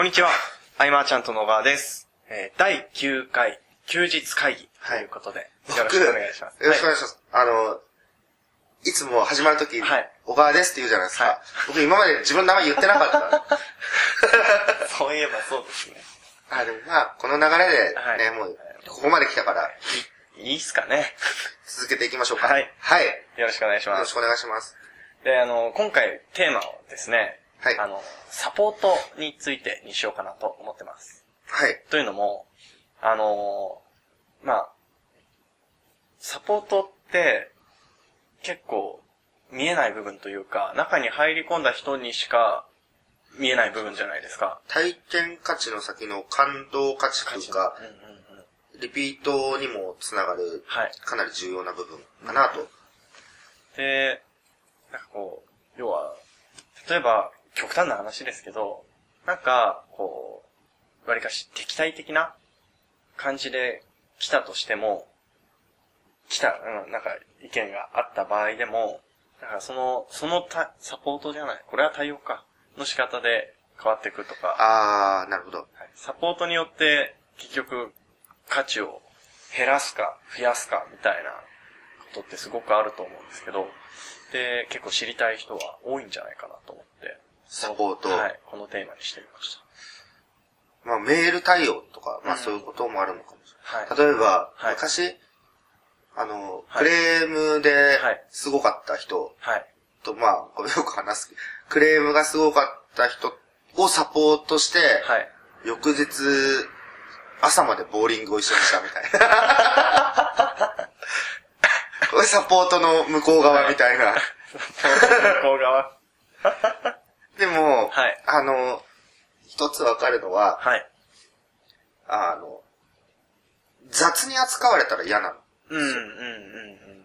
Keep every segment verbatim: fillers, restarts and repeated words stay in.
こんにちは。アイマーちゃんと野川です。えー、だいきゅうかい休日会議ということで、はい、よろしくお願いします。 よろしくお願いします。はい、あの、いつも始まるとき、はい、小川ですって言うじゃないですか。はい、僕今まで自分の名前言ってなかった。 そういえばそうですね。 あ、でもまあ、この流れでね、はい、もう、ここまで来たから。 い、いいっすかね。 続けていきましょうか。 はい。 はい。 よろしくお願いします。 よろしくお願いします。 で、あの、今回テーマをですね、はい。あの、サポートについてにしようかなと思ってます。 はい。 というのも、あの、まあ、サポートって結構見えない部分というか、中に入り込んだ人にしか見えない部分じゃないですか。 体験価値の先の感動価値というか、うんうんうん、リピートにもつながる、はい、かなり重要な部分かなと。うん、 で、なんかこう、要は、例えば、極端な話ですけど、なんか、こう、わりかし敵対的な感じで来たとしても、来た、うん、なんか意見があった場合でも、だからその、そのたサポートじゃない、これは対応か、の仕方で変わっていくとか。 あー、なるほど。はい、 サポートによって結局価値を減らすか増やすかみたいなことってすごくあると思うんですけど、で、結構知りたい人は多いんじゃないかなと思って。 サポート。 はい。このテーマにしてみました。 まあ、メール対応とか、まあそういうこともあるのかもしれない。はい、例えば、はい、昔、あの、はい、クレームですごかった人と、はい、まあ、これよく話す。クレームがすごかった人をサポートして、はい、翌日、朝までボーリングを一緒にしたみたいな。これサポートの向こう側みたいな。はい、 サポートの向こう側。 でも、はい、あの、一つわかるのは、はい、あの、雑に扱われたら嫌なの。 うん、うん、うん、うん。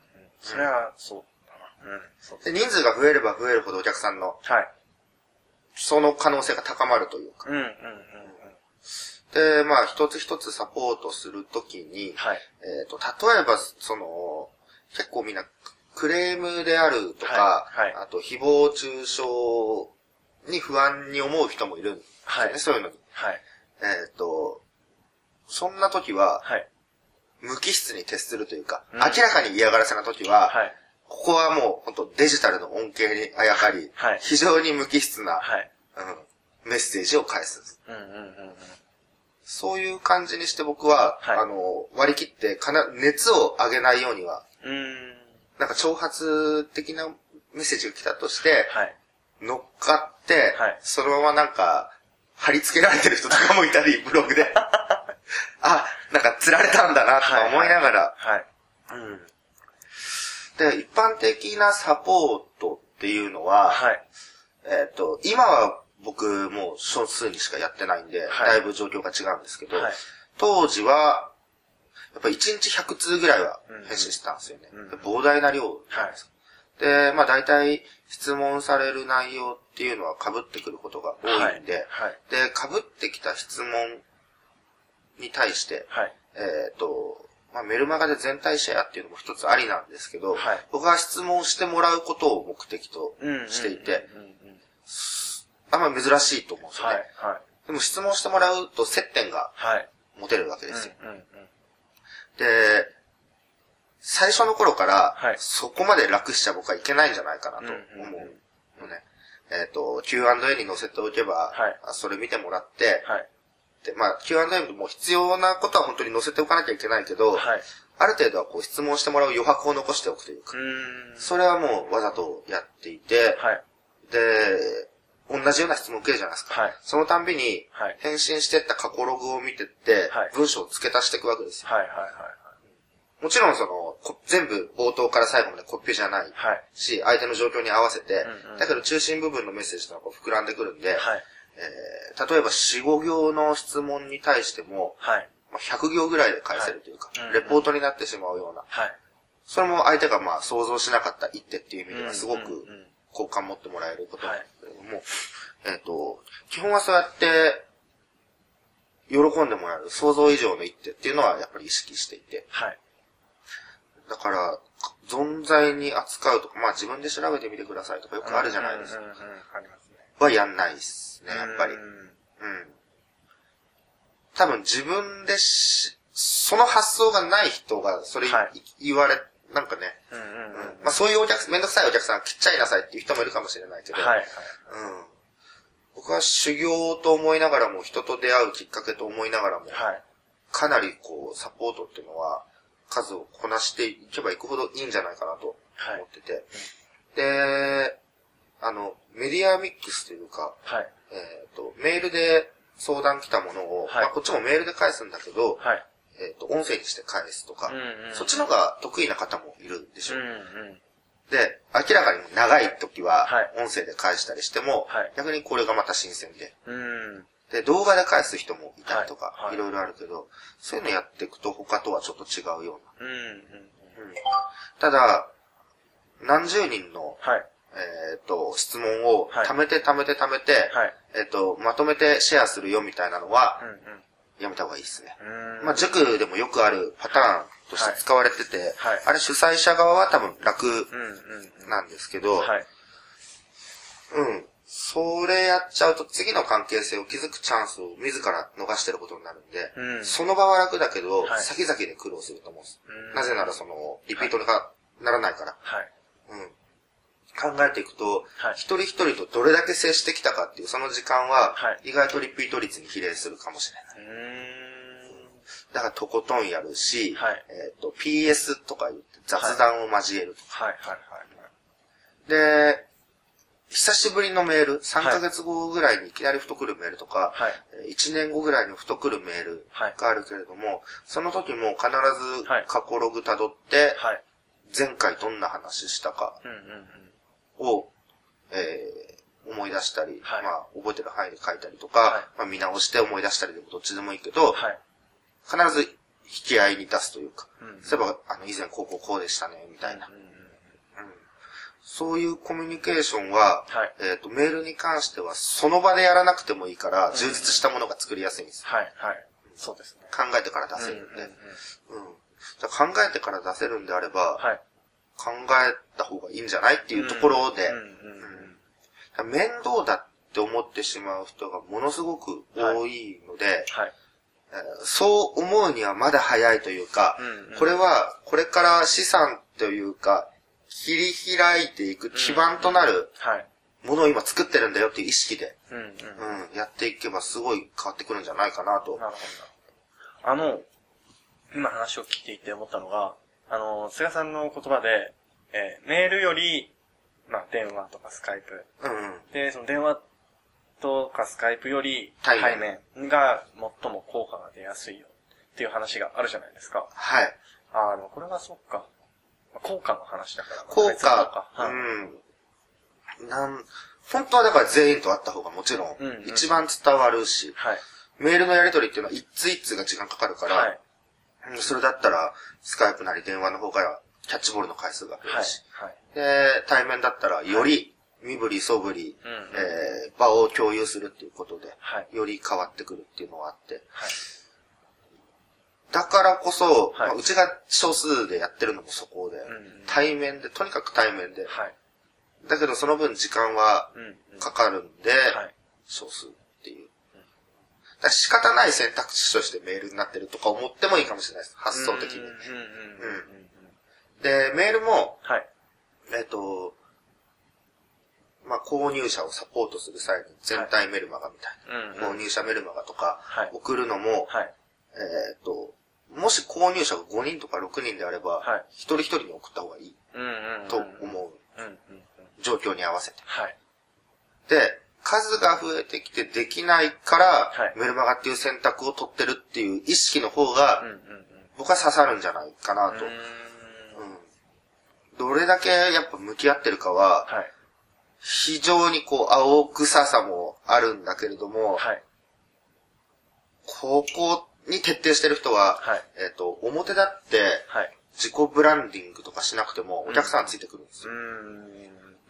それは、そうだな。うん。そうで、人数が増えれば増えるほどお客さんの、はい。その可能性が高まるというか。うん、うん、うん。で、まあ、一つ一つサポートするときに、はい。えっと、例えば、その、結構みんな、クレームであるとか、はいはい、あと、誹謗中傷に不安に思う人もいるんですよね、はい、そういうのに。はい、えっと、そんな時は、はい、無機質に徹するというか、うん、明らかに嫌がらせな時は、はい、ここはもう本当デジタルの恩恵にあやかり、はい、非常に無機質な、はいうん、メッセージを返すんです、うんうんうんうん。そういう感じにして僕は、はい、あの割り切ってかな熱を上げないようには、うんなんか挑発的なメッセージが来たとして、はい、乗っかって、はい、そのままなんか、貼り付けられてる人とかもいたり、ブログで。あ、なんか釣られたんだな、とか思いながら。はい、はいうん。で、一般的なサポートっていうのは、はい、えっと、今は僕もう少数にしかやってないんで、はい、だいぶ状況が違うんですけど、はい、当時は、やっぱいちにちひゃくつうぐらいは返信してたんですよね。うんうん、膨大な量なんです、はい。で、まあ大体質問される内容っていうのは被ってくることが多いんで、はいはい、で、被ってきた質問に対して、はい、えっと、まあメルマガで全体シェアっていうのも一つありなんですけど、はい、僕は質問してもらうことを目的としていて、あんまり珍しいと思うんですよね。はいはい、でも質問してもらうと接点が持てるわけですよ。うんうんうんで、最初の頃から、そこまで楽しちゃ僕はいけないんじゃないかなと思うのね。うんうんうん、えっと、キューアンドエー に載せておけば、はい、それ見てもらって、はい、で、まあ、キューアンドエー も必要なことは本当に載せておかなきゃいけないけど、はい、ある程度はこう質問してもらう余白を残しておくというか、うそれはもうわざとやっていて、はい、で、同じような質問を受けるじゃないですか。はい、そのたんびに、返信してった過去ログを見てって、はい、文章を付け足していくわけですよ。はいはいはいはい、もちろんその、全部冒頭から最後までコピーじゃないし、はい、相手の状況に合わせて、うんうん、だけど中心部分のメッセージというのはこう膨らんでくるんで、はいえー、例えばよん、ご行の質問に対しても、はい、ひゃく行ぐらいで返せるというか、はい、レポートになってしまうような、はい、それも相手がまあ想像しなかった一手っていう意味ではすごく好感持ってもらえることなんですけれども、はいえっと、基本はそうやって、喜んでもらえる想像以上の一手っていうのはやっぱり意識していて。はい。だから、存在に扱うとか、まあ自分で調べてみてくださいとかよくあるじゃないですか。うんうんうんうん、ありますね。はやんないですね、やっぱり。うん。 多分自分でし、その発想がない人が、それ言われ、はい、なんかね、うんうんうんうん、まあそういうお客、めんどくさいお客さんは切っちゃいなさいっていう人もいるかもしれないけど、はいはい、うん、僕は修行と思いながらも、人と出会うきっかけと思いながらも、はい、かなりこう、サポートっていうのは、数をこなしていけばいくほどいいんじゃないかなと思ってて、はい、で、あの、メディアミックスというか、はい、えっと、メールで相談来たものを、はい、まあこっちもメールで返すんだけど、はい、えっと、音声にして返すとか、うんうん、そっちの方が得意な方もいるんでしょう。うんうん、で、明らかに長い時は、音声で返したりしても、はい、逆にこれがまた新鮮で、うん、で、動画で返す人もいたりとか、はいはい、いろいろあるけど、そういうのやっていくと他とはちょっと違うような。うんうんうん、ただ、何十人の、はい、えっと、質問を貯めて貯めて貯めて、はい、えっと、まとめてシェアするよみたいなのは、うんうん、やめた方がいいですね。まあ、塾でもよくあるパターンとして使われてて、はい、あれ主催者側は多分楽なんですけど、うん、はい、うん。それやっちゃうと次の関係性を築くチャンスを自ら逃してることになるんで、うん、その場は楽だけど、はい、先々で苦労すると思うんです。なぜならその、リピートがならないから。はい、うん、考えていくと、はい、一人一人とどれだけ接してきたかっていうその時間は、意外とリピート率に比例するかもしれない。はい、だからとことんやるし、はい、えっと、ピーエス とか言って雑談を交える。はいはいはいはい、で、久しぶりのメール、さんかげつごぐらいにいきなりふと来るメールとか、はい、いちねんごぐらいにふと来るメールがあるけれども、はい、その時も必ず過去ログ辿って、はい、前回どんな話したかを、えー、思い出したり、はい、まあ覚えてる範囲で書いたりとか、はい、まあ、見直して思い出したりでもどっちでもいいけど、はい、必ず引き合いに出すというか、うん、そういえばあの以前こうこうこうでしたね、みたいな。うんうんうん、そういうコミュニケーションは、はい、えっと、メールに関してはその場でやらなくてもいいから、充実したものが作りやすいんです。はい、はい。そうですね。考えてから出せるんで。うんうんうん、じゃ考えてから出せるんであれば、はい、考えた方がいいんじゃないっていうところで、面倒だって思ってしまう人がものすごく多いので、はいはい、えー、そう思うにはまだ早いというか、うんうん、これはこれから資産というか、切り開いていく基盤となるものを今作ってるんだよっていう意識で、うんうんうん、やっていけばすごい変わってくるんじゃないかなと。なるほど。あの、今話を聞いていて思ったのが、あの、菅さんの言葉で、えー、メールより、まあ、電話とかスカイプ。うんうん、で、その電話とかスカイプより対面が最も効果が出やすいよっていう話があるじゃないですか。はい。あの、これはそっか。効果の話だから。 効果、うん。なん、本当はだから全員と会った方がもちろん、一番伝わるし、はい、メールのやり取りっていうのは一通一通が時間かかるから、はい、それだったら、スカイプなり電話の方がキャッチボールの回数が増えるし、はいはい、で、対面だったらより身振りそぶり、はい、えー、場を共有するっていうことで、はい、より変わってくるっていうのがあって、はい、だからこそ、はい、まあ、うちが少数でやってるのもそこで、うんうん、対面で、とにかく対面で、はい、だけどその分時間はかかるんで、うんうん、少数っていう。だ仕方ない選択肢としてメールになってるとか思ってもいいかもしれないです。発想的に。で、メールも、はい、えっと、まあ、購入者をサポートする際に全体メルマガみたいな、はい、購入者メルマガとか送るのも、はい、えっと、もし購入者がごにんとかろくにんであれば、はい、一人一人に送った方がいいと思う。状況に合わせて。はい、で、数が増えてきてできないから、はい、メルマガっていう選択を取ってるっていう意識の方が、僕は刺さるんじゃないかなと。うん、どれだけやっぱ向き合ってるかは、はい、非常にこう、青臭さもあるんだけれども、はい、ここに徹底してる人は、はい、えっと、表だって、自己ブランディングとかしなくても、お客さんついてくるんですよ。うん、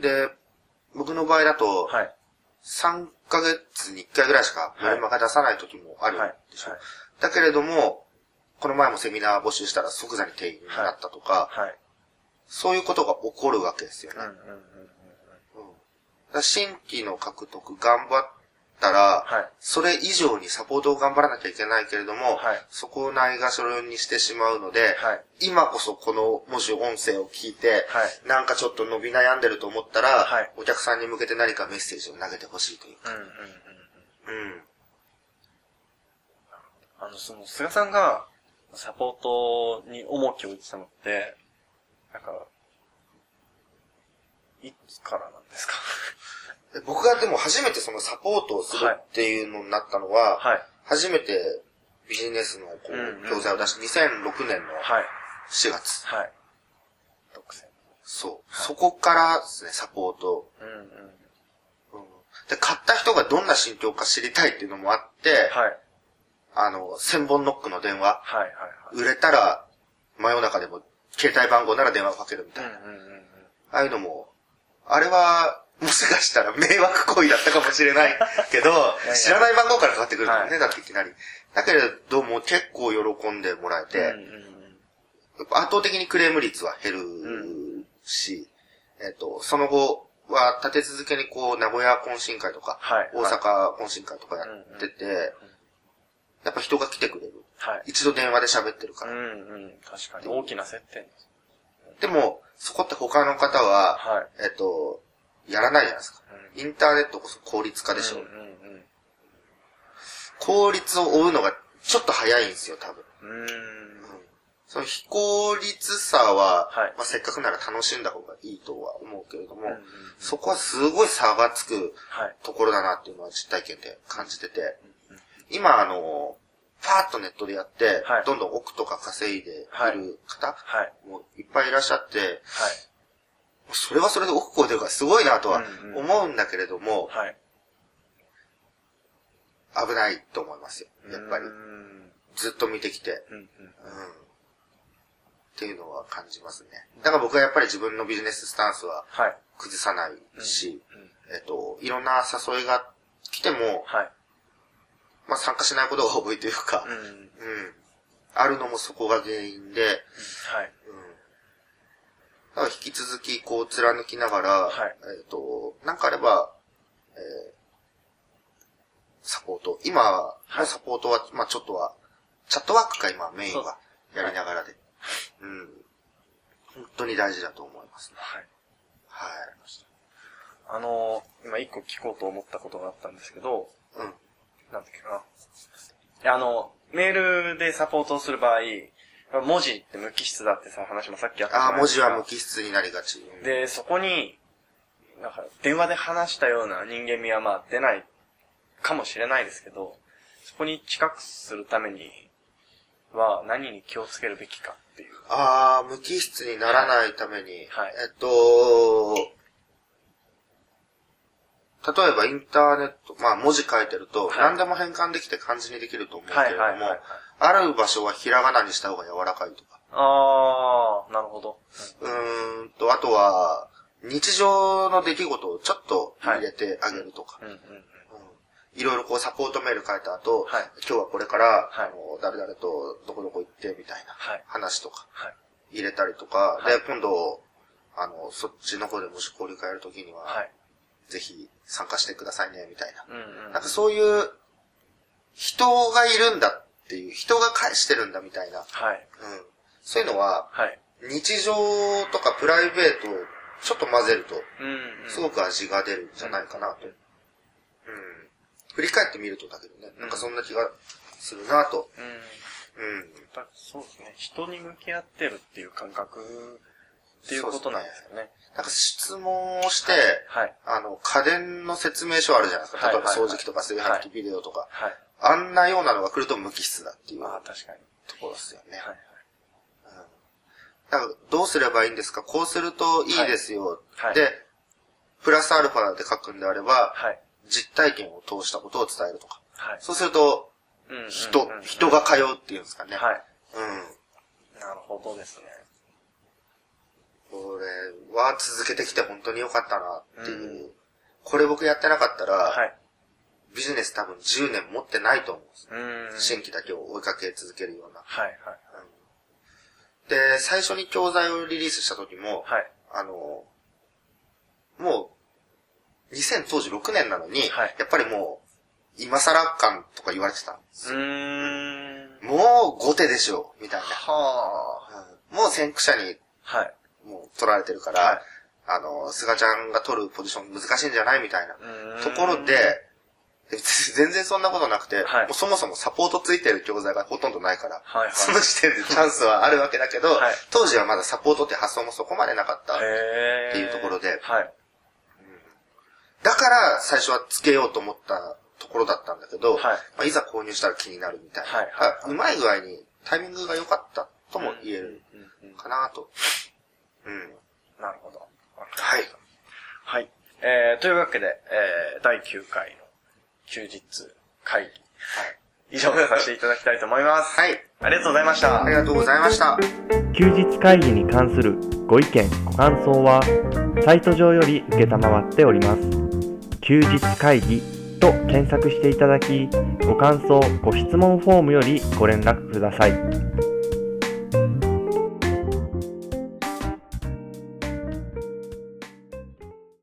で、僕の場合だと、はい、さんかげつにいっかいぐらいしかメルマガ出さない時もあるんでしょ。はいはい、だけれども、この前もセミナー募集したら即座に定員になったとか、はいはい、そういうことが起こるわけですよね。新規の獲得頑張ったら、はい、それ以上にサポートを頑張らなきゃいけないけれども、はい、そこをないがしろにしてしまうので、はい、今こそこの、もし音声を聞いて、はい、なんかちょっと伸び悩んでると思ったら、はい、お客さんに向けて何かメッセージを投げてほしいというか。うんうんうんうん。 あの、その、菅さんが、サポートに重きを置いてたのって、なんか、いつからなんですか？ 僕がでも初めてそのサポートをするっていうのになったのは、はい、初めてビジネスのこう、うんうん、教材を出してにせんろくねんのしがつ。はい。独占。そう。はい、そこからですね、サポート、うんうんうん。で、買った人がどんな心境か知りたいっていうのもあって、はい、あの、千本ノックの電話、はいはいはい、売れたら真夜中でも携帯番号なら電話をかけるみたいな。うんうんうんうん、ああいうのも、あれは、もしかしたら迷惑行為だったかもしれないけど、知らない番号からかかってくるからね、はい、だっていきなり。だけれども結構喜んでもらえて、うんうんうん、圧倒的にクレーム率は減るし、うん、えっと、その後は立て続けにこう、名古屋懇親会とか、はい、大阪懇親会とかやってて、はい、やっぱ人が来てくれる。はい、一度電話で喋ってるから。うんうん、 確かに大きな接点です。 でも、そこって他の方は、はい、えっと、やらないじゃないですか。うん、インターネットこそ効率化でしょう。うんうんうん、効率を追うのがちょっと早いんですよ、多分。うんうん、その非効率さは、はい、まあ、せっかくなら楽しんだ方がいいとは思うけれども、うんうんうん、そこはすごい差がつくところだなっていうのは実体験で感じてて、うんうん、今あの、パーッとネットでやって、はい、どんどん億とか稼いでいる方、はい、もいっぱいいらっしゃって、はい、それはそれで億超えてるからすごいなとは思うんだけれども、うんうん、はい、危ないと思いますよ。やっぱり。ずっと見てきて、うんうんうん、っていうのは感じますね。だから僕はやっぱり自分のビジネススタンスは崩さないし、はい、うんうん、えっと、いろんな誘いが来ても、はい、まあ参加しないことが多いというか、うんうん、あるのもそこが原因で、うん、はい、うん、だから引き続きこう貫きながら、はい、えっと、なんかあれば、えー、サポート、今のサポートは、はい、まあちょっとは、チャットワークか今メインはやりながらで、はい、うん、本当に大事だと思いますね。はい。はい。 あのー、今一個聞こうと思ったことがあったんですけど、うん。なんだっけかな。あの、メールでサポートをする場合、文字って無機質だってさ、話もさっきあったじゃないですか。 ああ、文字は無機質になりがち。 うん、で、そこに、なんか、電話で話したような人間味はまあ出ないかもしれないですけど、そこに近くするためには何に気をつけるべきかっていう。 ああ、無機質にならないために。はい。えっと、例えばインターネット、まあ文字書いてると、何でも変換できて漢字にできると思うけれども、ある場所はひらがなにした方が柔らかいとか。 ああ、なるほど。 うーんと、あとは、日常の出来事をちょっと入れてあげるとか。はい、うんうんうん、いろいろこうサポートメール書いた後、はい、今日はこれから、はい、あの誰々とどこどこ行ってみたいな話とか入れたりとか、はい、で、今度、あの、そっちの方でもし交流会やるときには、はい、ぜひ参加してくださいね、みたいな。うんうんうん、なんかそういう人がいるんだっていう、人が返してるんだみたいな。はい、うん、そういうのは、はい、日常とかプライベートをちょっと混ぜると、すごく味が出るんじゃないかなと。うんうん、振り返ってみるとだけどね、なんかそんな気がするなと。うん。 うん。そうですね。人に向き合ってるっていう感覚っていうことなんですよね。 なんか質問をして、はい、あの、家電の説明書あるじゃないですか。例えば掃除機とか炊飯器ビデオとか、はいはい。あんなようなのが来ると無機質だっていう。ああ、確かに。ところですよね。はいはい。うん。だからどうすればいいんですか？こうするといいですよ。はい、で、プラスアルファで書くんであれば、はい、実体験を通したことを伝えるとか。はい、そうすると、うん、人、うんうんうん、人が通うっていうんですかね。はい。 うん。なるほどですね。 これは続けてきて本当に良かったなっていう。うん、これ僕やってなかったら、はい、ビジネス多分じゅうねん持ってないと思うんです。うん、新規だけを追いかけ続けるような。はいはいはい、うん。で、最初に教材をリリースした時も、はい、あの、もう、にせん当時ろくねんなのに、はい、やっぱりもう、 今更感とか言われてたんですよ。うーんもうご手でしょう、みたいな。はあ、もう先駆者に、はい。もう取られてるから、はい、あの、菅ちゃんが取るポジション難しいんじゃないみたいなところで、全然そんなことなくて、はい、もうそもそもサポートついてる教材がほとんどないから、はいはい、その時点でチャンスはあるわけだけど、はい、当時はまだサポートって発想もそこまでなかったっていうところで、はい、うん、だから最初はつけようと思ったところだったんだけど、はい、まあ、いざ購入したら気になるみたいな、はいはいはい、うまい具合にタイミングが良かったとも言えるかなと。 うん。なるほど。はい。はい。えー、というわけで、えー、だいきゅうかいの休日会議。はい。以上とさせていただきたいと思います。はい。ありがとうございました。 ありがとうございました。 休日会議に関するご意見、ご感想は、サイト上より受けたまわっております。休日会議と検索していただき、ご感想、ご質問フォームよりご連絡ください。